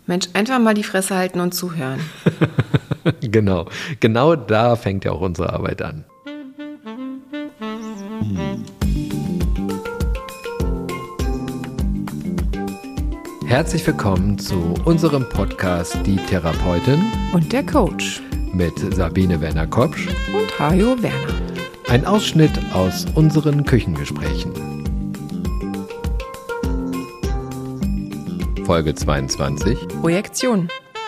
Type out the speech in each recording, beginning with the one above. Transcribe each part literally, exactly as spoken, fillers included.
Mensch, einfach mal die Fresse halten und zuhören. Genau, genau da fängt ja auch unsere Arbeit an. Herzlich willkommen zu unserem Podcast Die Therapeutin Und der Coach. Mit Sabine Werner-Kopsch Und Hajo Werner. Ein Ausschnitt aus unseren Küchengesprächen. Folge zweiundzwanzig. Projektion.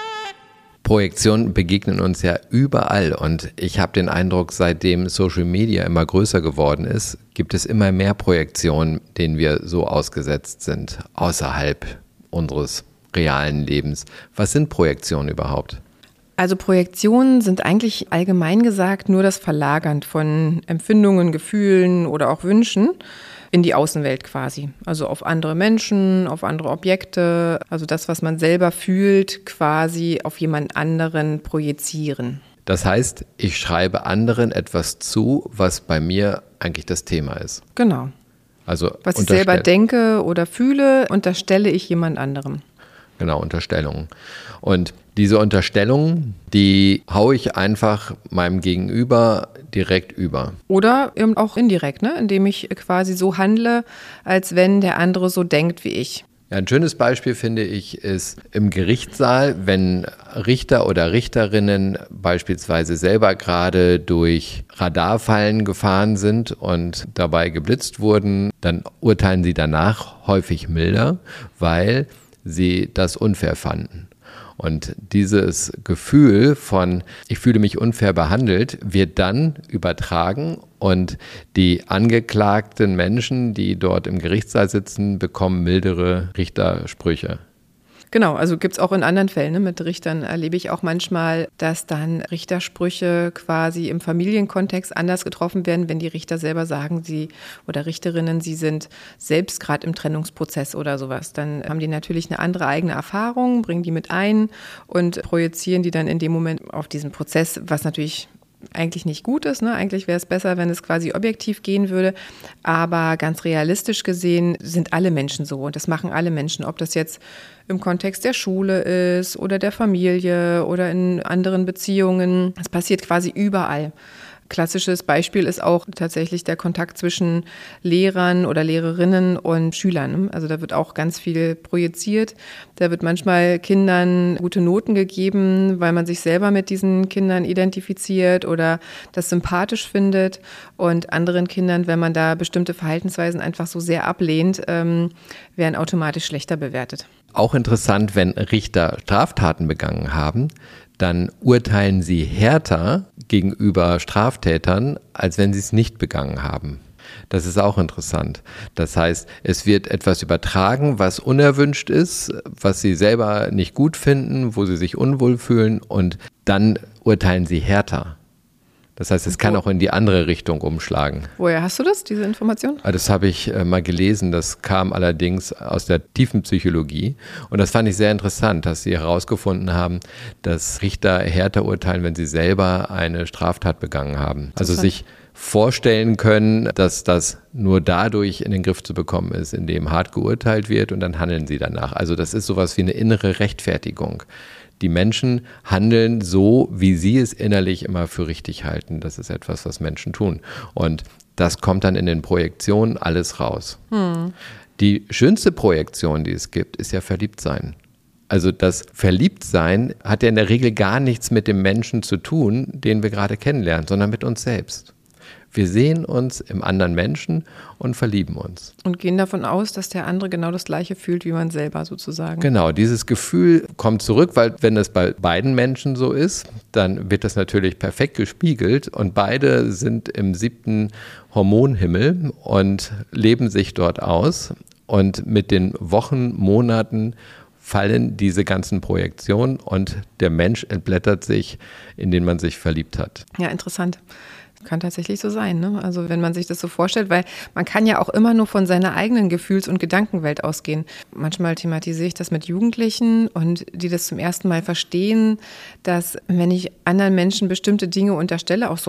Projektionen begegnen uns ja überall und ich habe den Eindruck, seitdem Social Media immer größer geworden ist, gibt es immer mehr Projektionen, denen wir so ausgesetzt sind, außerhalb unseres realen Lebens. Was sind Projektionen überhaupt? Also Projektionen sind eigentlich allgemein gesagt nur das Verlagern von Empfindungen, Gefühlen oder auch Wünschen in die Außenwelt quasi. Also auf andere Menschen, auf andere Objekte, also das, was man selber fühlt, quasi auf jemand anderen projizieren. Das heißt, ich schreibe anderen etwas zu, was bei mir eigentlich das Thema ist. Genau. Also was ich selber denke oder fühle, unterstelle ich jemand anderem. Genau, Unterstellungen. Und diese Unterstellungen, die haue ich einfach meinem Gegenüber direkt über. Oder eben auch indirekt, ne? Indem ich quasi so handle, als wenn der andere so denkt wie ich. Ja, ein schönes Beispiel, finde ich, ist im Gerichtssaal, wenn Richter oder Richterinnen beispielsweise selber gerade durch Radarfallen gefahren sind und dabei geblitzt wurden, dann urteilen sie danach häufig milder, weil sie das unfair fanden. Und dieses Gefühl von, ich fühle mich unfair behandelt, wird dann übertragen und die angeklagten Menschen, die dort im Gerichtssaal sitzen, bekommen mildere Richtersprüche. Genau, also gibt es auch in anderen Fällen. Ne? Mit Richtern erlebe ich auch manchmal, dass dann Richtersprüche quasi im Familienkontext anders getroffen werden, wenn die Richter selber sagen, sie oder Richterinnen, sie sind selbst gerade im Trennungsprozess oder sowas. Dann haben die natürlich eine andere eigene Erfahrung, bringen die mit ein und projizieren die dann in dem Moment auf diesen Prozess, was natürlich eigentlich nicht gut ist. Ne? Eigentlich wäre es besser, wenn es quasi objektiv gehen würde. Aber ganz realistisch gesehen sind alle Menschen so. Und das machen alle Menschen, ob das jetzt im Kontext der Schule ist oder der Familie oder in anderen Beziehungen. Das passiert quasi überall. Klassisches Beispiel ist auch tatsächlich der Kontakt zwischen Lehrern oder Lehrerinnen und Schülern. Also da wird auch ganz viel projiziert. Da wird manchmal Kindern gute Noten gegeben, weil man sich selber mit diesen Kindern identifiziert oder das sympathisch findet. Und anderen Kindern, wenn man da bestimmte Verhaltensweisen einfach so sehr ablehnt, ähm, werden automatisch schlechter bewertet. Auch interessant, wenn Richter Straftaten begangen haben, dann urteilen sie härter gegenüber Straftätern, als wenn sie es nicht begangen haben. Das ist auch interessant. Das heißt, es wird etwas übertragen, was unerwünscht ist, was sie selber nicht gut finden, wo sie sich unwohl fühlen und dann urteilen sie härter. Das heißt, es kann auch in die andere Richtung umschlagen. Woher hast du das, diese Information? Das habe ich mal gelesen, das kam allerdings aus der Tiefenpsychologie und das fand ich sehr interessant, dass sie herausgefunden haben, dass Richter härter urteilen, wenn sie selber eine Straftat begangen haben. Also sich vorstellen können, dass das nur dadurch in den Griff zu bekommen ist, indem hart geurteilt wird und dann handeln sie danach. Also das ist sowas wie eine innere Rechtfertigung. Die Menschen handeln so, wie sie es innerlich immer für richtig halten. Das ist etwas, was Menschen tun. Und das kommt dann in den Projektionen alles raus. Hm. Die schönste Projektion, die es gibt, ist ja Verliebtsein. Also das Verliebtsein hat ja in der Regel gar nichts mit dem Menschen zu tun, den wir gerade kennenlernen, sondern mit uns selbst. Wir sehen uns im anderen Menschen und verlieben uns. Und gehen davon aus, dass der andere genau das Gleiche fühlt wie man selber sozusagen. Genau, dieses Gefühl kommt zurück, weil wenn es bei beiden Menschen so ist, dann wird das natürlich perfekt gespiegelt und beide sind im siebten Hormonhimmel und leben sich dort aus. Und mit den Wochen, Monaten fallen diese ganzen Projektionen und der Mensch entblättert sich, in den man sich verliebt hat. Ja, interessant. Kann tatsächlich so sein, ne? Also wenn man sich das so vorstellt, weil man kann ja auch immer nur von seiner eigenen Gefühls- und Gedankenwelt ausgehen. Manchmal thematisiere ich das mit Jugendlichen und die das zum ersten Mal verstehen, dass wenn ich anderen Menschen bestimmte Dinge unterstelle, auch so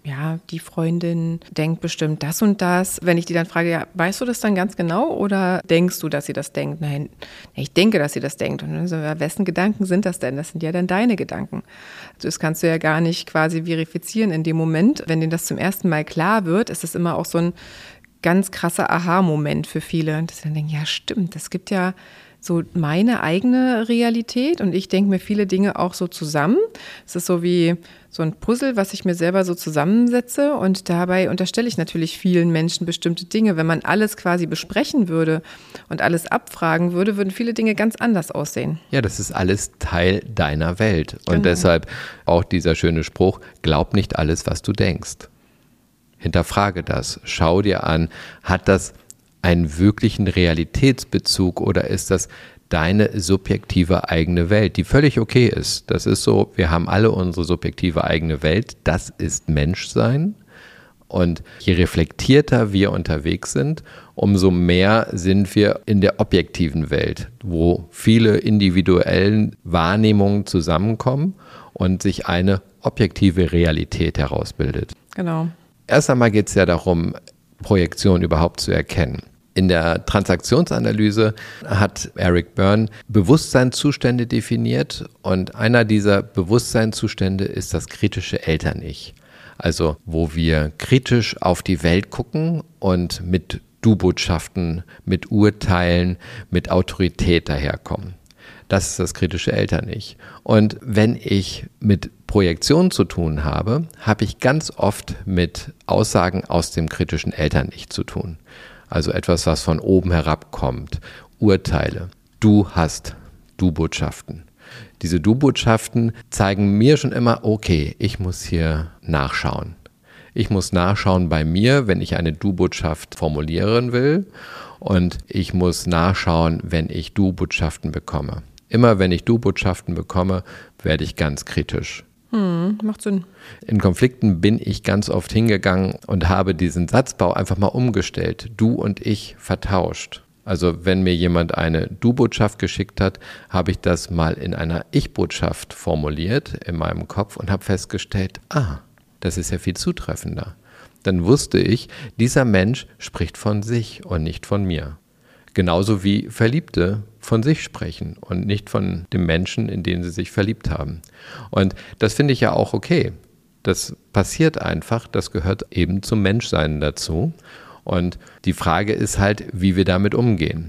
ja, die Freundin denkt bestimmt das und das. Wenn ich die dann frage, ja, weißt du das dann ganz genau oder denkst du, dass sie das denkt? Nein, ich denke, dass sie das denkt. Und dann so, ja, wessen Gedanken sind das denn? Das sind ja dann deine Gedanken. Das kannst du ja gar nicht quasi verifizieren in dem Moment. Wenn denen das zum ersten Mal klar wird, ist das immer auch so ein ganz krasser Aha-Moment für viele. Und dass sie dann denken, ja stimmt, es gibt ja so meine eigene Realität und ich denke mir viele Dinge auch so zusammen. Es ist so wie so ein Puzzle, was ich mir selber so zusammensetze und dabei unterstelle ich natürlich vielen Menschen bestimmte Dinge. Wenn man alles quasi besprechen würde und alles abfragen würde, würden viele Dinge ganz anders aussehen. Ja, das ist alles Teil deiner Welt und Genau. deshalb auch dieser schöne Spruch, glaub nicht alles, was du denkst. Hinterfrage das, schau dir an, hat das einen wirklichen Realitätsbezug oder ist das deine subjektive eigene Welt, die völlig okay ist. Das ist so, wir haben alle unsere subjektive eigene Welt, das ist Menschsein und je reflektierter wir unterwegs sind, umso mehr sind wir in der objektiven Welt, wo viele individuelle Wahrnehmungen zusammenkommen und sich eine objektive Realität herausbildet. Genau. Erst einmal geht es ja darum, Projektion überhaupt zu erkennen. In der Transaktionsanalyse hat Eric Berne Bewusstseinszustände definiert und einer dieser Bewusstseinszustände ist das kritische Eltern-Ich. Also wo wir kritisch auf die Welt gucken und mit Du-Botschaften, mit Urteilen, mit Autorität daherkommen. Das ist das kritische Eltern-Ich. Und wenn ich mit Projektion zu tun habe, habe ich ganz oft mit Aussagen aus dem kritischen Eltern-Ich zu tun. Also etwas, was von oben herabkommt. Urteile. Du hast Du-Botschaften. Diese Du-Botschaften zeigen mir schon immer, okay, ich muss hier nachschauen. Ich muss nachschauen bei mir, wenn ich eine Du-Botschaft formulieren will. Und ich muss nachschauen, wenn ich Du-Botschaften bekomme. Immer wenn ich Du-Botschaften bekomme, werde ich ganz kritisch. Hm, macht Sinn. In Konflikten bin ich ganz oft hingegangen und habe diesen Satzbau einfach mal umgestellt. Du und ich vertauscht. Also wenn mir jemand eine Du-Botschaft geschickt hat, habe ich das mal in einer Ich-Botschaft formuliert in meinem Kopf und habe festgestellt, ah, das ist ja viel zutreffender. Dann wusste ich, dieser Mensch spricht von sich und nicht von mir. Genauso wie Verliebte von sich sprechen und nicht von dem Menschen, in den sie sich verliebt haben. Und das finde ich ja auch okay. Das passiert einfach, das gehört eben zum Menschsein dazu. Und die Frage ist halt, wie wir damit umgehen.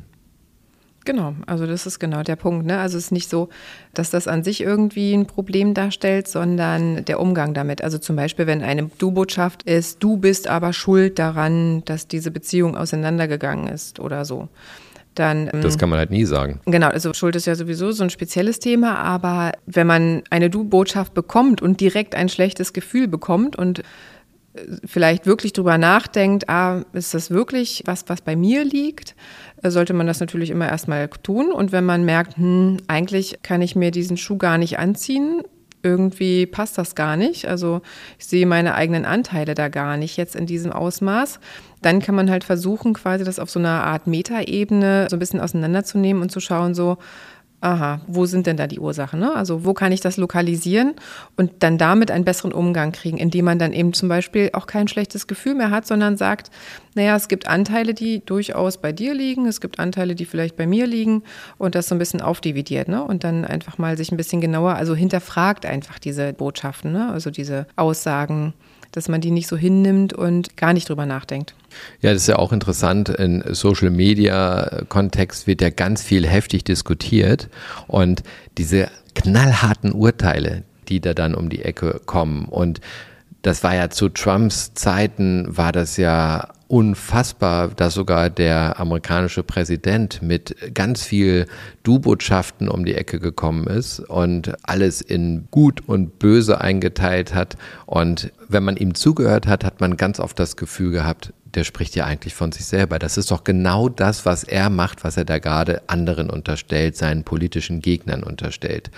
Genau, also das ist genau der Punkt, ne? Also es ist nicht so, dass das an sich irgendwie ein Problem darstellt, sondern der Umgang damit. Also zum Beispiel, wenn eine Du-Botschaft ist, du bist aber schuld daran, dass diese Beziehung auseinandergegangen ist oder so. Dann, das kann man halt nie sagen. Genau, also Schuld ist ja sowieso so ein spezielles Thema, aber wenn man eine Du-Botschaft bekommt und direkt ein schlechtes Gefühl bekommt und vielleicht wirklich drüber nachdenkt, ah, ist das wirklich was, was bei mir liegt, sollte man das natürlich immer erstmal tun. Und wenn man merkt, hm, eigentlich kann ich mir diesen Schuh gar nicht anziehen, irgendwie passt das gar nicht, also ich sehe meine eigenen Anteile da gar nicht jetzt in diesem Ausmaß, dann kann man halt versuchen, quasi das auf so einer Art Metaebene so ein bisschen auseinanderzunehmen und zu schauen, so, aha, wo sind denn da die Ursachen? Ne? Also wo kann ich das lokalisieren und dann damit einen besseren Umgang kriegen, indem man dann eben zum Beispiel auch kein schlechtes Gefühl mehr hat, sondern sagt, naja, es gibt Anteile, die durchaus bei dir liegen, es gibt Anteile, die vielleicht bei mir liegen und das so ein bisschen aufdividiert, ne? Und dann einfach mal sich ein bisschen genauer, also hinterfragt einfach diese Botschaften, ne? Also diese Aussagen, dass man die nicht so hinnimmt und gar nicht drüber nachdenkt. Ja, das ist ja auch interessant. In Social-Media-Kontext wird ja ganz viel heftig diskutiert und diese knallharten Urteile, die da dann um die Ecke kommen und das war ja zu Trumps Zeiten, war das ja unfassbar, dass sogar der amerikanische Präsident mit ganz viel Du-Botschaften um die Ecke gekommen ist und alles in Gut und Böse eingeteilt hat. Und wenn man ihm zugehört hat, hat man ganz oft das Gefühl gehabt, der spricht ja eigentlich von sich selber. Das ist doch genau das, was er macht, was er da gerade anderen unterstellt, seinen politischen Gegnern unterstellt.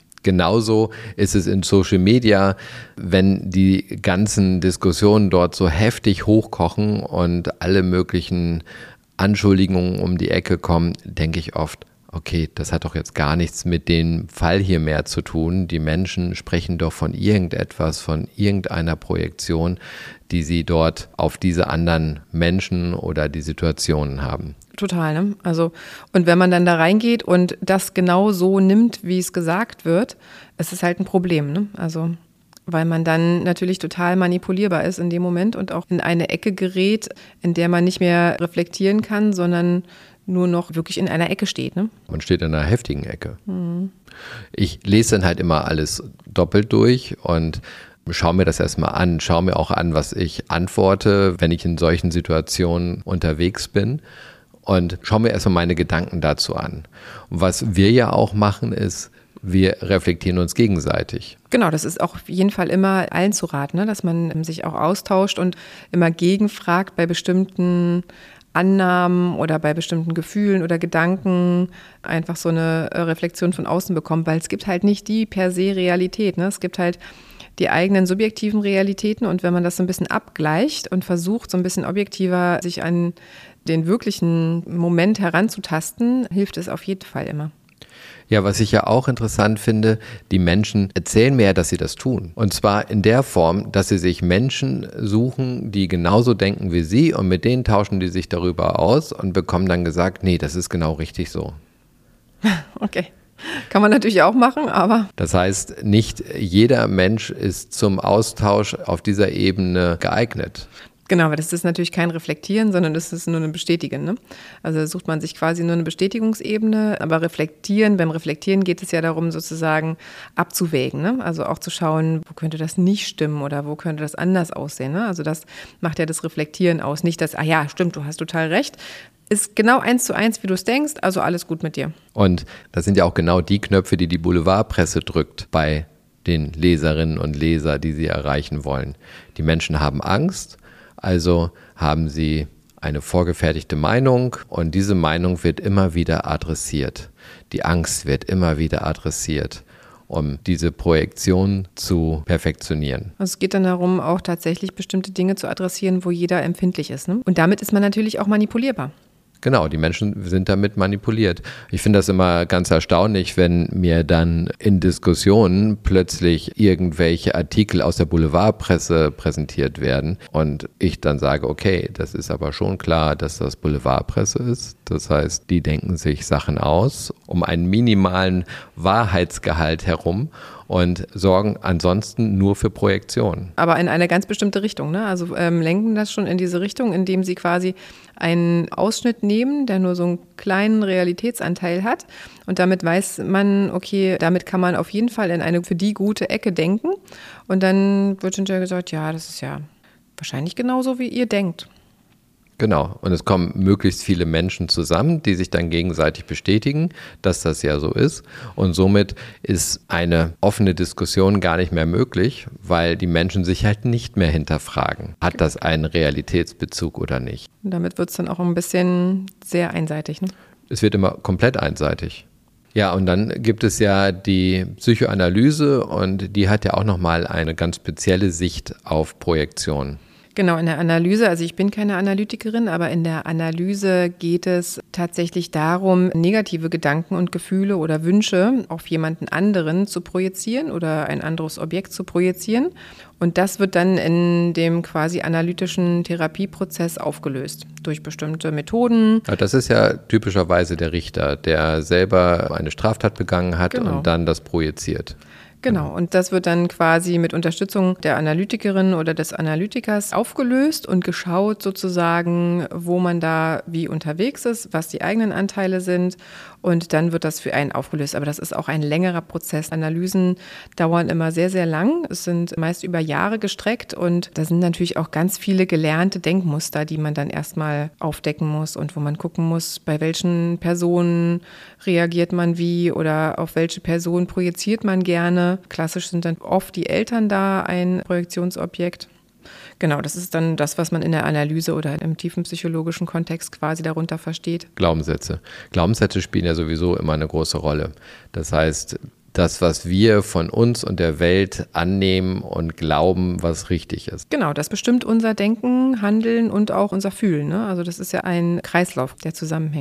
Genauso ist es in Social Media, wenn die ganzen Diskussionen dort so heftig hochkochen und alle möglichen Anschuldigungen um die Ecke kommen, denke ich oft, okay, das hat doch jetzt gar nichts mit dem Fall hier mehr zu tun. Die Menschen sprechen doch von irgendetwas, von irgendeiner Projektion, die sie dort auf diese anderen Menschen oder die Situationen haben. Total, ne? Also, und wenn man dann da reingeht und das genau so nimmt, wie es gesagt wird, ist es halt ein Problem, ne? Also, weil man dann natürlich total manipulierbar ist in dem Moment und auch in eine Ecke gerät, in der man nicht mehr reflektieren kann, sondern nur noch wirklich in einer Ecke steht, ne? Man steht in einer heftigen Ecke. Mhm. Ich lese dann halt immer alles doppelt durch und schaue mir das erstmal an, schaue mir auch an, was ich antworte, wenn ich in solchen Situationen unterwegs bin und schaue mir erstmal meine Gedanken dazu an. Und was wir ja auch machen ist, wir reflektieren uns gegenseitig. Genau, das ist auch auf jeden Fall immer allen zu raten, ne? Dass man sich auch austauscht und immer gegenfragt bei bestimmten Annahmen oder bei bestimmten Gefühlen oder Gedanken einfach so eine Reflexion von außen bekommt, weil es gibt halt nicht die per se Realität, ne? Es gibt halt die eigenen subjektiven Realitäten und wenn man das so ein bisschen abgleicht und versucht, so ein bisschen objektiver sich an den wirklichen Moment heranzutasten, hilft es auf jeden Fall immer. Ja, was ich ja auch interessant finde, die Menschen erzählen mir ja, dass sie das tun. Und zwar in der Form, dass sie sich Menschen suchen, die genauso denken wie sie und mit denen tauschen die sich darüber aus und bekommen dann gesagt, nee, das ist genau richtig so. Okay. Kann man natürlich auch machen, aber... Das heißt, nicht jeder Mensch ist zum Austausch auf dieser Ebene geeignet. Genau, aber das ist natürlich kein Reflektieren, sondern das ist nur ein Bestätigen, ne? Also da sucht man sich quasi nur eine Bestätigungsebene, aber reflektieren, beim Reflektieren geht es ja darum, sozusagen abzuwägen, ne? Also auch zu schauen, wo könnte das nicht stimmen oder wo könnte das anders aussehen, ne? Also das macht ja das Reflektieren aus, nicht das, ah ja, stimmt, du hast total recht, ist genau eins zu eins, wie du es denkst, also alles gut mit dir. Und das sind ja auch genau die Knöpfe, die die Boulevardpresse drückt bei den Leserinnen und Lesern, die sie erreichen wollen. Die Menschen haben Angst, also haben sie eine vorgefertigte Meinung und diese Meinung wird immer wieder adressiert. Die Angst wird immer wieder adressiert, um diese Projektion zu perfektionieren. Also es geht dann darum, auch tatsächlich bestimmte Dinge zu adressieren, wo jeder empfindlich ist, ne? Und damit ist man natürlich auch manipulierbar. Genau, die Menschen sind damit manipuliert. Ich finde das immer ganz erstaunlich, wenn mir dann in Diskussionen plötzlich irgendwelche Artikel aus der Boulevardpresse präsentiert werden und ich dann sage, okay, das ist aber schon klar, dass das Boulevardpresse ist. Das heißt, die denken sich Sachen aus um einen minimalen Wahrheitsgehalt herum und sorgen ansonsten nur für Projektion. Aber in eine ganz bestimmte Richtung, ne? Also ähm, lenken das schon in diese Richtung, indem sie quasi einen Ausschnitt nehmen, der nur so einen kleinen Realitätsanteil hat. Und damit weiß man, okay, damit kann man auf jeden Fall in eine für die gute Ecke denken. Und dann wird hinterher gesagt, ja, das ist ja wahrscheinlich genauso, wie ihr denkt. Genau, und es kommen möglichst viele Menschen zusammen, die sich dann gegenseitig bestätigen, dass das ja so ist. Und somit ist eine offene Diskussion gar nicht mehr möglich, weil die Menschen sich halt nicht mehr hinterfragen, hat das einen Realitätsbezug oder nicht. Und damit wird es dann auch ein bisschen sehr einseitig, ne? Es wird immer komplett einseitig. Ja, und dann gibt es ja die Psychoanalyse und die hat ja auch nochmal eine ganz spezielle Sicht auf Projektion. Genau, in der Analyse, also ich bin keine Analytikerin, aber in der Analyse geht es tatsächlich darum, negative Gedanken und Gefühle oder Wünsche auf jemanden anderen zu projizieren oder ein anderes Objekt zu projizieren. Und das wird dann in dem quasi analytischen Therapieprozess aufgelöst durch bestimmte Methoden. Ja, das ist ja typischerweise der Richter, der selber eine Straftat begangen hat, genau, und dann das projiziert. Genau, und das wird dann quasi mit Unterstützung der Analytikerin oder des Analytikers aufgelöst und geschaut sozusagen, wo man da wie unterwegs ist, was die eigenen Anteile sind und dann wird das für einen aufgelöst. Aber das ist auch ein längerer Prozess. Analysen dauern immer sehr, sehr lang. Es sind meist über Jahre gestreckt und da sind natürlich auch ganz viele gelernte Denkmuster, die man dann erstmal aufdecken muss und wo man gucken muss, bei welchen Personen reagiert man wie oder auf welche Person projiziert man gerne. Klassisch sind dann oft die Eltern da ein Projektionsobjekt. Genau, das ist dann das, was man in der Analyse oder im tiefen psychologischen Kontext quasi darunter versteht. Glaubenssätze. Glaubenssätze spielen ja sowieso immer eine große Rolle. Das heißt, das, was wir von uns und der Welt annehmen und glauben, was richtig ist. Genau, das bestimmt unser Denken, Handeln und auch unser Fühlen, ne? Also das ist ja ein Kreislauf, der zusammenhängt.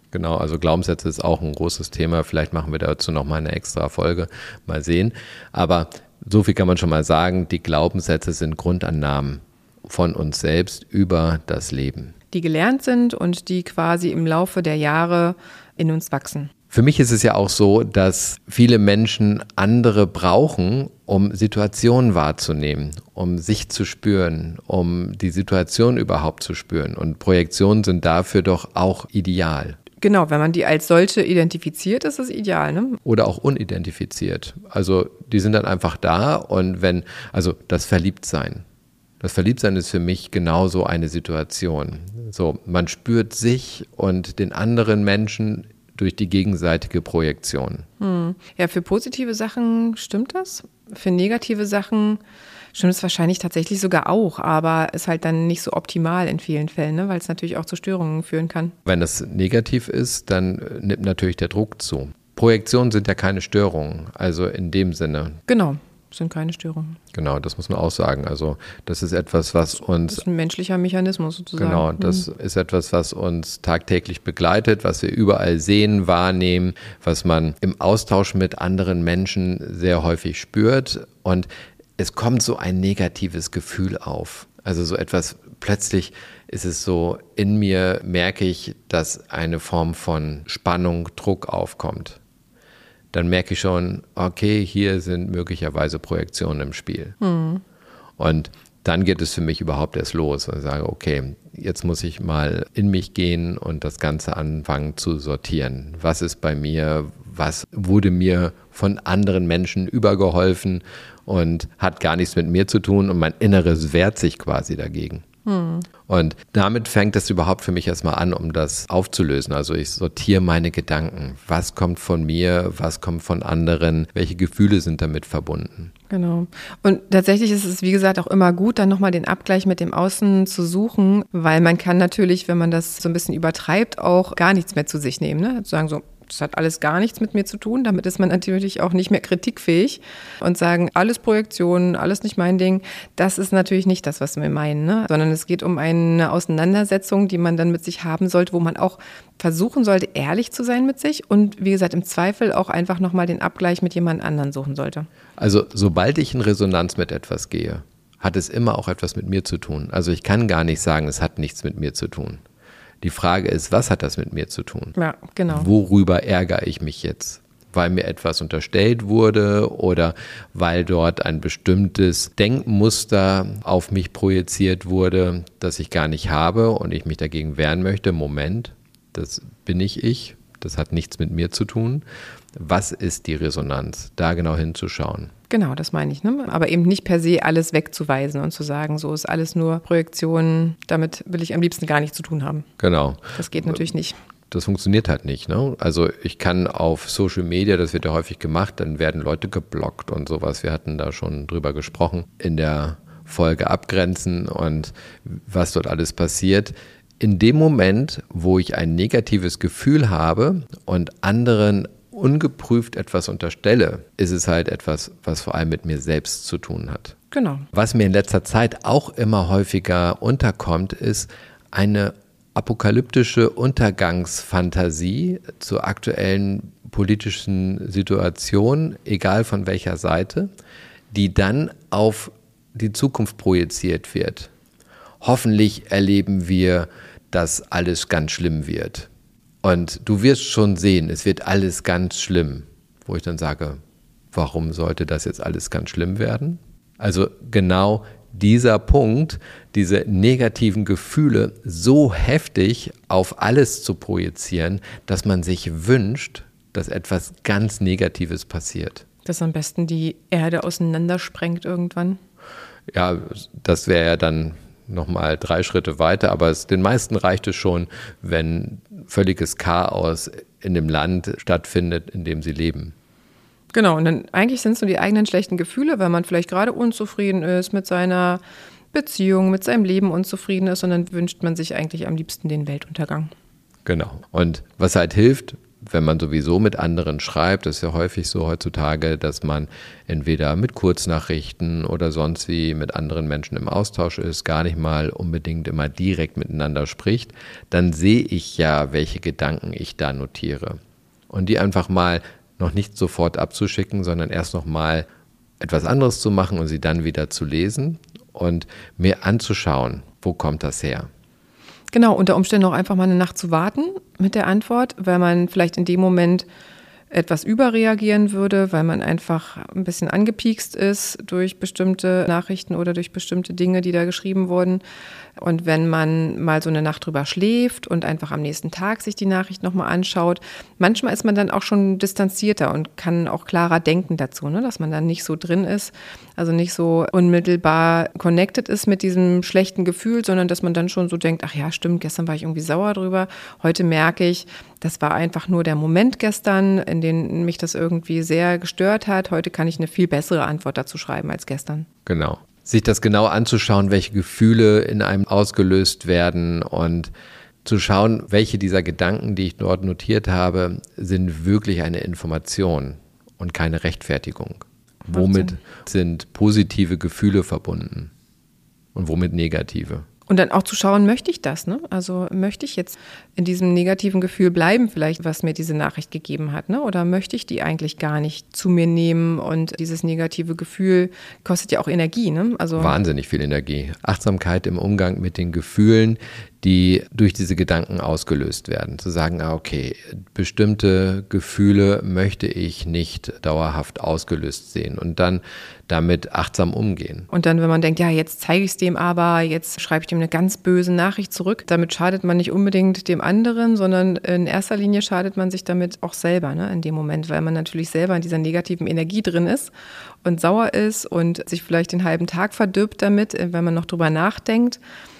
Genau, also Glaubenssätze ist auch ein großes Thema. Vielleicht machen wir dazu nochmal eine extra Folge, mal sehen. Aber so viel kann man schon mal sagen, die Glaubenssätze sind Grundannahmen von uns selbst über das Leben. Die gelernt sind und die quasi im Laufe der Jahre in uns wachsen. Für mich ist es ja auch so, dass viele Menschen andere brauchen, um Situationen wahrzunehmen, um sich zu spüren, um die Situation überhaupt zu spüren. Und Projektionen sind dafür doch auch ideal. Genau, wenn man die als solche identifiziert, ist es ideal, ne? Oder auch unidentifiziert. Also die sind dann einfach da und wenn, also das Verliebtsein. Das Verliebtsein ist für mich genauso eine Situation. So, man spürt sich und den anderen Menschen durch die gegenseitige Projektion. Hm. Ja, für positive Sachen stimmt das. Für negative Sachen stimmt es wahrscheinlich tatsächlich sogar auch, aber ist halt dann nicht so optimal in vielen Fällen, ne? Weil es natürlich auch zu Störungen führen kann. Wenn das negativ ist, dann nimmt natürlich der Druck zu. Projektionen sind ja keine Störungen, also in dem Sinne. Genau. Sind keine Störungen. Genau, das muss man auch sagen. Also das ist etwas, was uns... Das ist ein menschlicher Mechanismus sozusagen. Genau, das mhm. ist etwas, was uns tagtäglich begleitet, was wir überall sehen, wahrnehmen, was man im Austausch mit anderen Menschen sehr häufig spürt. Und es kommt so ein negatives Gefühl auf. Also so etwas, plötzlich ist es so, in mir merke ich, dass eine Form von Spannung, Druck aufkommt. Dann merke ich schon, okay, hier sind möglicherweise Projektionen im Spiel. Mhm. Und dann geht es für mich überhaupt erst los. Und ich sage, okay, jetzt muss ich mal in mich gehen und das Ganze anfangen zu sortieren. Was ist bei mir? Was wurde mir von anderen Menschen übergeholfen und hat gar nichts mit mir zu tun und mein Inneres wehrt sich quasi dagegen. Hm. Und damit fängt es überhaupt für mich erstmal an, um das aufzulösen. Also ich sortiere meine Gedanken. Was kommt von mir? Was kommt von anderen? Welche Gefühle sind damit verbunden? Genau. Und tatsächlich ist es, wie gesagt, auch immer gut, dann nochmal den Abgleich mit dem Außen zu suchen, weil man kann natürlich, wenn man das so ein bisschen übertreibt, auch gar nichts mehr zu sich nehmen. Ne? Sagen so, das hat alles gar nichts mit mir zu tun. Damit ist man natürlich auch nicht mehr kritikfähig und sagen, alles Projektionen, alles nicht mein Ding. Das ist natürlich nicht das, was wir meinen, ne? Sondern es geht um eine Auseinandersetzung, die man dann mit sich haben sollte, wo man auch versuchen sollte, ehrlich zu sein mit sich und wie gesagt, im Zweifel auch einfach nochmal den Abgleich mit jemand anderem suchen sollte. Also sobald ich in Resonanz mit etwas gehe, hat es immer auch etwas mit mir zu tun. Also ich kann gar nicht sagen, es hat nichts mit mir zu tun. Die Frage ist, was hat das mit mir zu tun? Ja, genau. Worüber ärgere ich mich jetzt? Weil mir etwas unterstellt wurde oder weil dort ein bestimmtes Denkmuster auf mich projiziert wurde, das ich gar nicht habe und ich mich dagegen wehren möchte. Moment, das bin nicht ich, das hat nichts mit mir zu tun. Was ist die Resonanz? Da genau hinzuschauen. Genau, das meine ich, ne? Aber eben nicht per se alles wegzuweisen und zu sagen, so ist alles nur Projektion, damit will ich am liebsten gar nichts zu tun haben. Genau. Das geht natürlich nicht. Das funktioniert halt nicht, ne? Also ich kann auf Social Media, das wird ja häufig gemacht, dann werden Leute geblockt und sowas. Wir hatten da schon drüber gesprochen in der Folge Abgrenzen und was dort alles passiert. In dem Moment, wo ich ein negatives Gefühl habe und anderen ungeprüft etwas unterstelle, ist es halt etwas, was vor allem mit mir selbst zu tun hat. Genau. Was mir in letzter Zeit auch immer häufiger unterkommt, ist eine apokalyptische Untergangsfantasie zur aktuellen politischen Situation, egal von welcher Seite, die dann auf die Zukunft projiziert wird. Hoffentlich erleben wir, dass alles ganz schlimm wird. Und du wirst schon sehen, es wird alles ganz schlimm, wo ich dann sage, warum sollte das jetzt alles ganz schlimm werden? Also genau dieser Punkt, diese negativen Gefühle so heftig auf alles zu projizieren, dass man sich wünscht, dass etwas ganz Negatives passiert. Dass am besten die Erde auseinandersprengt irgendwann. Ja, das wäre ja dann nochmal drei Schritte weiter, aber es, den meisten reicht es schon, wenn völliges Chaos in dem Land stattfindet, in dem sie leben. Genau, und dann eigentlich sind es nur die eigenen schlechten Gefühle, weil man vielleicht gerade unzufrieden ist mit seiner Beziehung, mit seinem Leben unzufrieden ist und dann wünscht man sich eigentlich am liebsten den Weltuntergang. Genau. Und was halt hilft, wenn man sowieso mit anderen schreibt, das ist ja häufig so heutzutage, dass man entweder mit Kurznachrichten oder sonst wie mit anderen Menschen im Austausch ist, gar nicht mal unbedingt immer direkt miteinander spricht, dann sehe ich ja, welche Gedanken ich da notiere. Und die einfach mal noch nicht sofort abzuschicken, sondern erst noch mal etwas anderes zu machen und sie dann wieder zu lesen und mir anzuschauen, wo kommt das her? Genau, unter Umständen auch einfach mal eine Nacht zu warten mit der Antwort, weil man vielleicht in dem Moment etwas überreagieren würde, weil man einfach ein bisschen angepiekst ist durch bestimmte Nachrichten oder durch bestimmte Dinge, die da geschrieben wurden. Und wenn man mal so eine Nacht drüber schläft und einfach am nächsten Tag sich die Nachricht nochmal anschaut, manchmal ist man dann auch schon distanzierter und kann auch klarer denken dazu, ne? Dass man dann nicht so drin ist, also nicht so unmittelbar connected ist mit diesem schlechten Gefühl, sondern dass man dann schon so denkt, ach ja, stimmt, gestern war ich irgendwie sauer drüber. Heute merke ich, das war einfach nur der Moment gestern, in dem mich das irgendwie sehr gestört hat. Heute kann ich eine viel bessere Antwort dazu schreiben als gestern. Genau. Sich das genau anzuschauen, welche Gefühle in einem ausgelöst werden und zu schauen, welche dieser Gedanken, die ich dort notiert habe, sind wirklich eine Information und keine Rechtfertigung. Womit sind positive Gefühle verbunden und womit negative? Und dann auch zu schauen, möchte ich das, ne? Also möchte ich jetzt in diesem negativen Gefühl bleiben vielleicht, was mir diese Nachricht gegeben hat, ne? Oder möchte ich die eigentlich gar nicht zu mir nehmen? Und dieses negative Gefühl kostet ja auch Energie, ne? Also wahnsinnig viel Energie. Achtsamkeit im Umgang mit den Gefühlen, die durch diese Gedanken ausgelöst werden. Zu sagen, ah, okay, bestimmte Gefühle möchte ich nicht dauerhaft ausgelöst sehen und dann damit achtsam umgehen. Und dann, wenn man denkt, ja, jetzt zeige ich es dem aber, jetzt schreibe ich dem eine ganz böse Nachricht zurück, damit schadet man nicht unbedingt dem anderen, sondern in erster Linie schadet man sich damit auch selber, ne, in dem Moment, weil man natürlich selber in dieser negativen Energie drin ist und sauer ist und sich vielleicht den halben Tag verdirbt damit, wenn man noch drüber nachdenkt.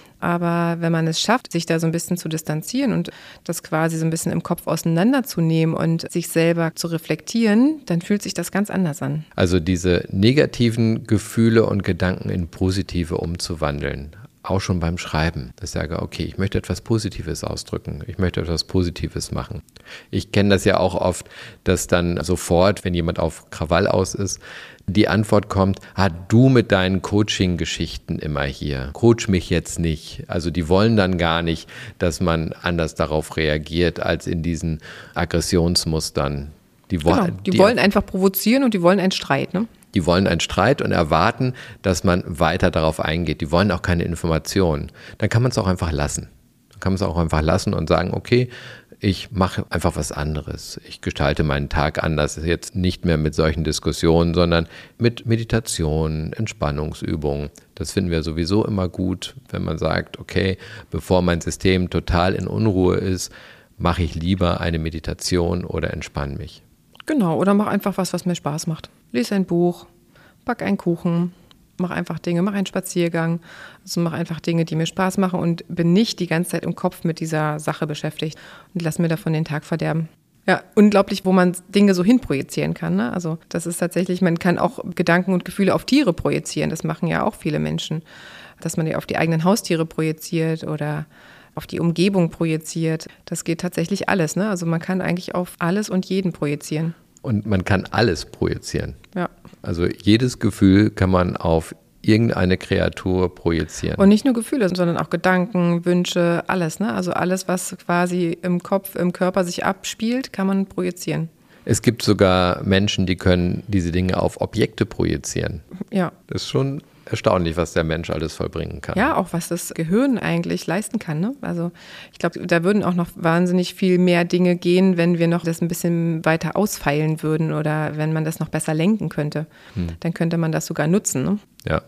Aber wenn man es schafft, sich da so ein bisschen zu distanzieren und das quasi so ein bisschen im Kopf auseinanderzunehmen und sich selber zu reflektieren, dann fühlt sich das ganz anders an. Also diese negativen Gefühle und Gedanken in positive umzuwandeln. Auch schon beim Schreiben. Dass ich sage, okay, ich möchte etwas Positives ausdrücken. Ich möchte etwas Positives machen. Ich kenne das ja auch oft, dass dann sofort, wenn jemand auf Krawall aus ist, die Antwort kommt, ah, du mit deinen Coaching-Geschichten immer hier. Coach mich jetzt nicht. Also die wollen dann gar nicht, dass man anders darauf reagiert, als in diesen Aggressionsmustern. Die, wo- Genau, die, die wollen einfach provozieren und die wollen einen Streit, ne? Die wollen einen Streit und erwarten, dass man weiter darauf eingeht. Die wollen auch keine Informationen. Dann kann man es auch einfach lassen. Dann kann man es auch einfach lassen und sagen, okay, ich mache einfach was anderes. Ich gestalte meinen Tag anders. Jetzt nicht mehr mit solchen Diskussionen, sondern mit Meditation, Entspannungsübungen. Das finden wir sowieso immer gut, wenn man sagt, okay, bevor mein System total in Unruhe ist, mache ich lieber eine Meditation oder entspanne mich. Genau, oder mach einfach was, was mir Spaß macht. Lies ein Buch, back einen Kuchen, mach einfach Dinge, mach einen Spaziergang. Also mach einfach Dinge, die mir Spaß machen und bin nicht die ganze Zeit im Kopf mit dieser Sache beschäftigt und lass mir davon den Tag verderben. Ja, unglaublich, wo man Dinge so hinprojizieren kann, ne? Also das ist tatsächlich, man kann auch Gedanken und Gefühle auf Tiere projizieren. Das machen ja auch viele Menschen, dass man die auf die eigenen Haustiere projiziert oder auf die Umgebung projiziert. Das geht tatsächlich alles, ne? Also man kann eigentlich auf alles und jeden projizieren. Und man kann alles projizieren. Ja. Also jedes Gefühl kann man auf irgendeine Kreatur projizieren. Und nicht nur Gefühle, sondern auch Gedanken, Wünsche, alles, ne? Also alles, was quasi im Kopf, im Körper sich abspielt, kann man projizieren. Es gibt sogar Menschen, die können diese Dinge auf Objekte projizieren. Ja. Das ist schon erstaunlich, was der Mensch alles vollbringen kann. Ja, auch was das Gehirn eigentlich leisten kann, ne? Also ich glaube, da würden auch noch wahnsinnig viel mehr Dinge gehen, wenn wir noch das ein bisschen weiter ausfeilen würden oder wenn man das noch besser lenken könnte. Hm. Dann könnte man das sogar nutzen, ne? Ja.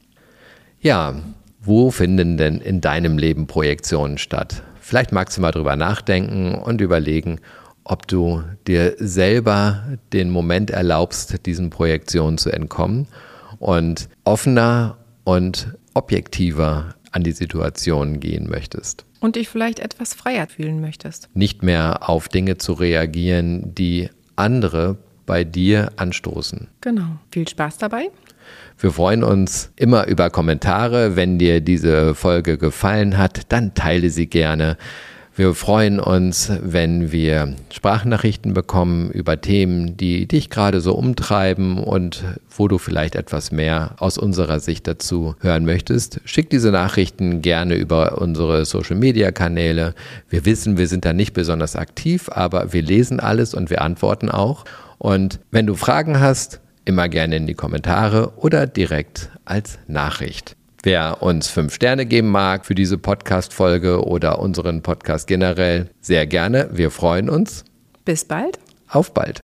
Ja, wo finden denn in deinem Leben Projektionen statt? Vielleicht magst du mal drüber nachdenken und überlegen, ob du dir selber den Moment erlaubst, diesen Projektionen zu entkommen und offener und objektiver an die Situation gehen möchtest. Und dich vielleicht etwas freier fühlen möchtest. Nicht mehr auf Dinge zu reagieren, die andere bei dir anstoßen. Genau. Viel Spaß dabei. Wir freuen uns immer über Kommentare. Wenn dir diese Folge gefallen hat, dann teile sie gerne. Wir freuen uns, wenn wir Sprachnachrichten bekommen über Themen, die dich gerade so umtreiben und wo du vielleicht etwas mehr aus unserer Sicht dazu hören möchtest. Schick diese Nachrichten gerne über unsere Social-Media-Kanäle. Wir wissen, wir sind da nicht besonders aktiv, aber wir lesen alles und wir antworten auch. Und wenn du Fragen hast, immer gerne in die Kommentare oder direkt als Nachricht. Wer uns fünf Sterne geben mag für diese Podcast-Folge oder unseren Podcast generell, sehr gerne. Wir freuen uns. Bis bald. Auf bald.